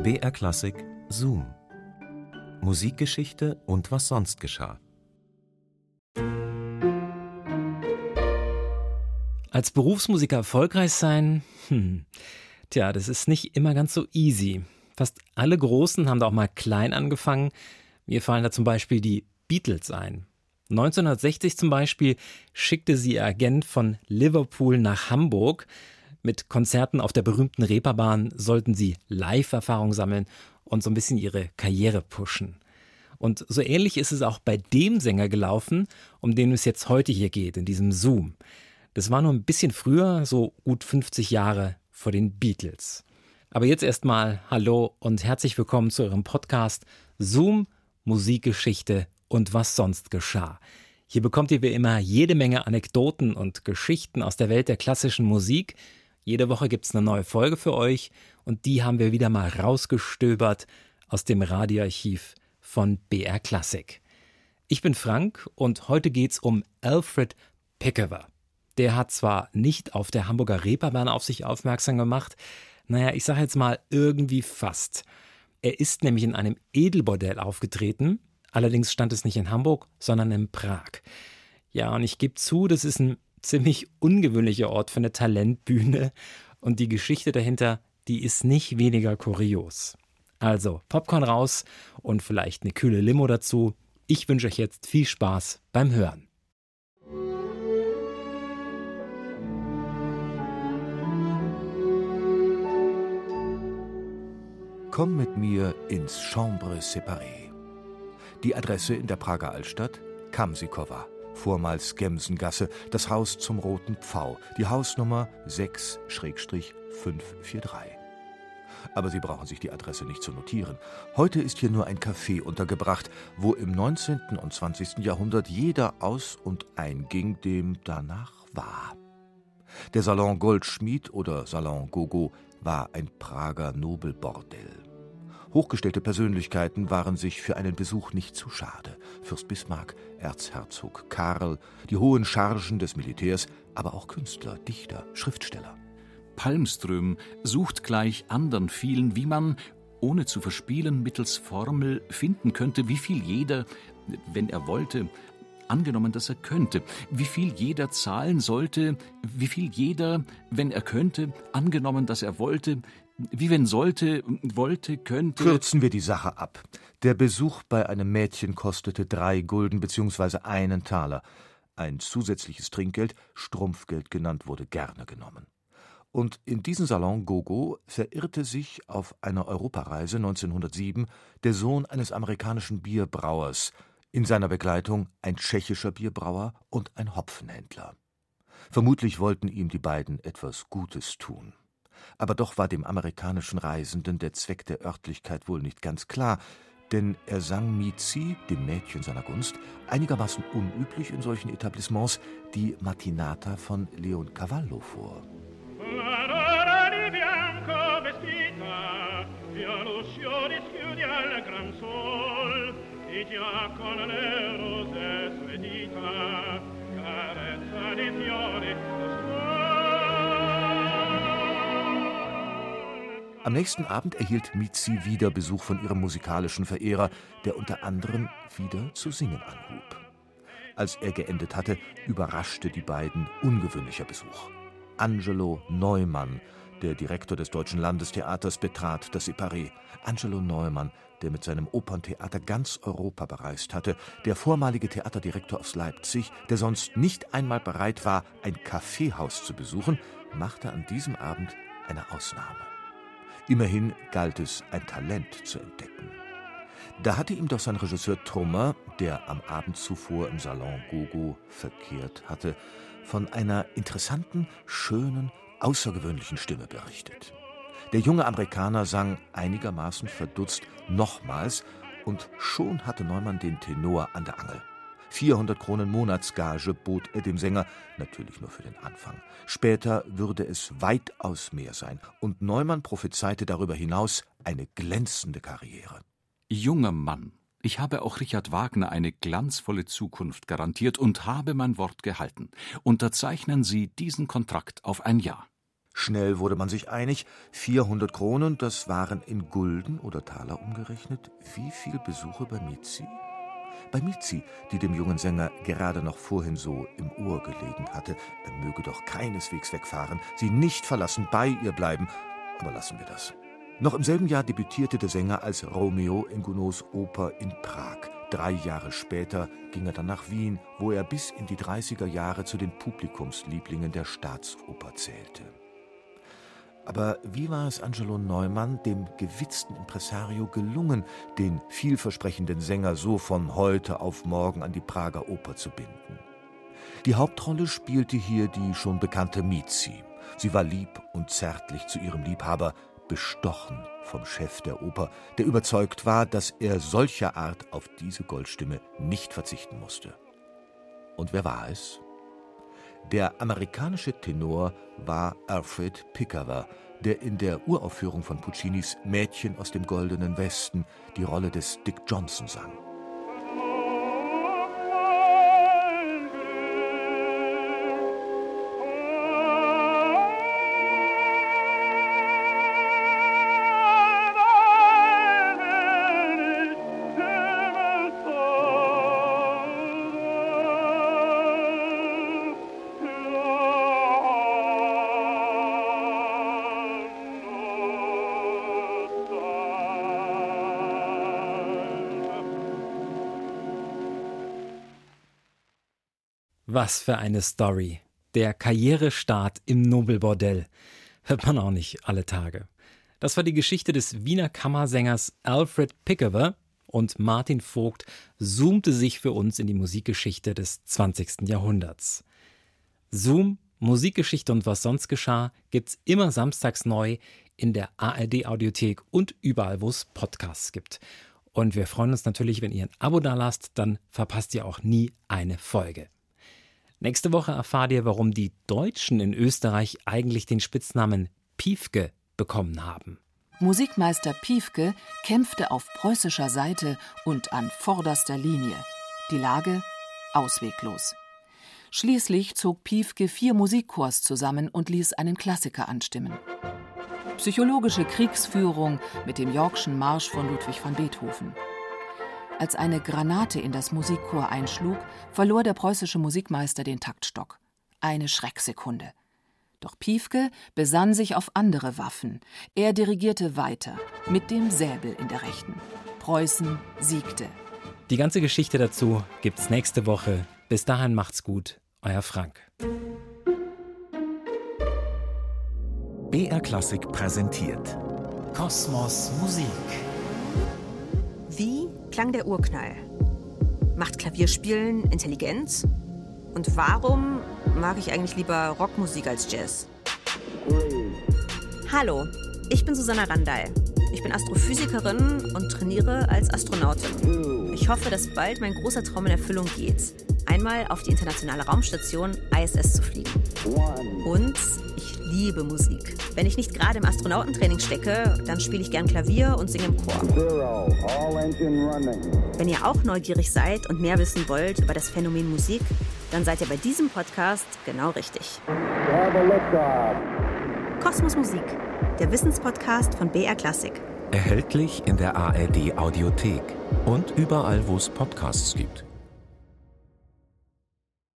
BR Klassik Zoom. Musikgeschichte und was sonst geschah. Als Berufsmusiker erfolgreich sein? Das ist nicht immer ganz so easy. Fast alle Großen haben da auch mal klein angefangen. Mir fallen da zum Beispiel die Beatles ein. 1960 zum Beispiel schickte sie ihr Agent von Liverpool nach Hamburg. Mit Konzerten auf der berühmten Reeperbahn sollten sie Live-Erfahrung sammeln und so ein bisschen ihre Karriere pushen. Und so ähnlich ist es auch bei dem Sänger gelaufen, um den es jetzt heute hier geht, in diesem Zoom. Das war nur ein bisschen früher, so gut 50 Jahre vor den Beatles. Aber jetzt erstmal hallo und herzlich willkommen zu eurem Podcast Zoom, Musikgeschichte und was sonst geschah. Hier bekommt ihr wie immer jede Menge Anekdoten und Geschichten aus der Welt der klassischen Musik. Jede Woche gibt es eine neue Folge für euch und die haben wir wieder mal rausgestöbert aus dem Radioarchiv von BR Klassik. Ich bin Frank und heute geht's um Alfred Pickover. Der hat zwar nicht auf der Hamburger Reeperbahn auf sich aufmerksam gemacht, ich sage jetzt mal irgendwie fast. Er ist nämlich in einem Edelbordell aufgetreten, allerdings stand es nicht in Hamburg, sondern in Prag. Ja, und ich gebe zu, das ist ein ziemlich ungewöhnlicher Ort für eine Talentbühne und die Geschichte dahinter, die ist nicht weniger kurios. Also Popcorn raus und vielleicht eine kühle Limo dazu. Ich wünsche euch jetzt viel Spaß beim Hören. Komm mit mir ins Chambre séparée. Die Adresse in der Prager Altstadt? Kamsikowa, vormals Gemsengasse, das Haus zum Roten Pfau, die Hausnummer 6/543. Aber Sie brauchen sich die Adresse nicht zu notieren. Heute ist hier nur ein Café untergebracht, wo im 19. und 20. Jahrhundert jeder aus- und einging, dem danach war. Der Salon Goldschmied oder Salon Gogo war ein Prager Nobelbordell. Hochgestellte Persönlichkeiten waren sich für einen Besuch nicht zu schade. Fürst Bismarck, Erzherzog Karl, die hohen Chargen des Militärs, aber auch Künstler, Dichter, Schriftsteller. Palmström sucht gleich anderen vielen, wie man, ohne zu verspielen, mittels Formel finden könnte, wie viel jeder, wenn er wollte, angenommen, dass er könnte, wie viel jeder zahlen sollte, wie viel jeder, wenn er könnte, angenommen, dass er wollte, wie wenn sollte, wollte, könnte. Kürzen wir die Sache ab. Der Besuch bei einem Mädchen kostete 3 Gulden bzw. 1 Taler. Ein zusätzliches Trinkgeld, Strumpfgeld genannt, wurde gerne genommen. Und in diesen Salon Gogo verirrte sich auf einer Europareise 1907 der Sohn eines amerikanischen Bierbrauers, in seiner Begleitung ein tschechischer Bierbrauer und ein Hopfenhändler. Vermutlich wollten ihm die beiden etwas Gutes tun. Aber doch war dem amerikanischen Reisenden der Zweck der Örtlichkeit wohl nicht ganz klar, denn er sang Mizi, dem Mädchen seiner Gunst, einigermaßen unüblich in solchen Etablissements, die Mattinata von Leoncavallo vor. Am nächsten Abend erhielt Mizi wieder Besuch von ihrem musikalischen Verehrer, der unter anderem wieder zu singen anhub. Als er geendet hatte, überraschte die beiden ungewöhnlicher Besuch. Angelo Neumann, der Direktor des Deutschen Landestheaters, betrat das Separé. Angelo Neumann, der mit seinem Operntheater ganz Europa bereist hatte, der vormalige Theaterdirektor aus Leipzig, der sonst nicht einmal bereit war, ein Kaffeehaus zu besuchen, machte an diesem Abend eine Ausnahme. Immerhin galt es, ein Talent zu entdecken. Da hatte ihm doch sein Regisseur Trummer, der am Abend zuvor im Salon Gogo verkehrt hatte, von einer interessanten, schönen, außergewöhnlichen Stimme berichtet. Der junge Amerikaner sang einigermaßen verdutzt nochmals und schon hatte Neumann den Tenor an der Angel. 400 Kronen Monatsgage bot er dem Sänger, natürlich nur für den Anfang. Später würde es weitaus mehr sein und Neumann prophezeite darüber hinaus eine glänzende Karriere. Junger Mann, ich habe auch Richard Wagner eine glanzvolle Zukunft garantiert und habe mein Wort gehalten. Unterzeichnen Sie diesen Kontrakt auf ein Jahr. Schnell wurde man sich einig, 400 Kronen, das waren in Gulden oder Taler umgerechnet, wie viel Besucher bei Mizi? Bei Mizi, die dem jungen Sänger gerade noch vorhin so im Ohr gelegen hatte, er möge doch keineswegs wegfahren, sie nicht verlassen, bei ihr bleiben. Aber lassen wir das. Noch im selben Jahr debütierte der Sänger als Romeo in Gounods Oper in Prag. 3 Jahre später ging er dann nach Wien, wo er bis in die 30er Jahre zu den Publikumslieblingen der Staatsoper zählte. Aber wie war es Angelo Neumann, dem gewitzten Impresario, gelungen, den vielversprechenden Sänger so von heute auf morgen an die Prager Oper zu binden? Die Hauptrolle spielte hier die schon bekannte Mizi. Sie war lieb und zärtlich zu ihrem Liebhaber, bestochen vom Chef der Oper, der überzeugt war, dass er solcher Art auf diese Goldstimme nicht verzichten musste. Und wer war es? Der amerikanische Tenor war Alfred Pickover, der in der Uraufführung von Puccinis Mädchen aus dem Goldenen Westen die Rolle des Dick Johnson sang. Was für eine Story. Der Karrierestart im Nobelbordell. Hört man auch nicht alle Tage. Das war die Geschichte des Wiener Kammersängers Alfred Pickover und Martin Vogt zoomte sich für uns in die Musikgeschichte des 20. Jahrhunderts. Zoom, Musikgeschichte und was sonst geschah, gibt's immer samstags neu in der ARD-Audiothek und überall, wo es Podcasts gibt. Und wir freuen uns natürlich, wenn ihr ein Abo dalasst, dann verpasst ihr auch nie eine Folge. Nächste Woche erfahrt ihr, warum die Deutschen in Österreich eigentlich den Spitznamen Piefke bekommen haben. Musikmeister Piefke kämpfte auf preußischer Seite und an vorderster Linie. Die Lage ausweglos. Schließlich zog Piefke 4 Musikchors zusammen und ließ einen Klassiker anstimmen. Psychologische Kriegsführung mit dem Yorkschen Marsch von Ludwig van Beethoven. Als eine Granate in das Musikchor einschlug, verlor der preußische Musikmeister den Taktstock. Eine Schrecksekunde. Doch Piefke besann sich auf andere Waffen. Er dirigierte weiter, mit dem Säbel in der Rechten. Preußen siegte. Die ganze Geschichte dazu gibt's nächste Woche. Bis dahin macht's gut, euer Frank. BR Klassik präsentiert Kosmos Musik. Wie klang der Urknall? Macht Klavierspielen Intelligenz? Und warum mag ich eigentlich lieber Rockmusik als Jazz? Hallo, ich bin Susanna Randall. Ich bin Astrophysikerin und trainiere als Astronautin. Ich hoffe, dass bald mein großer Traum in Erfüllung geht, einmal auf die internationale Raumstation ISS zu fliegen. Und ich liebe Musik. Wenn ich nicht gerade im Astronautentraining stecke, dann spiele ich gern Klavier und singe im Chor. Wenn ihr auch neugierig seid und mehr wissen wollt über das Phänomen Musik, dann seid ihr bei diesem Podcast genau richtig. Kosmos Musik, der Wissenspodcast von BR Klassik. Erhältlich in der ARD Audiothek und überall, wo es Podcasts gibt.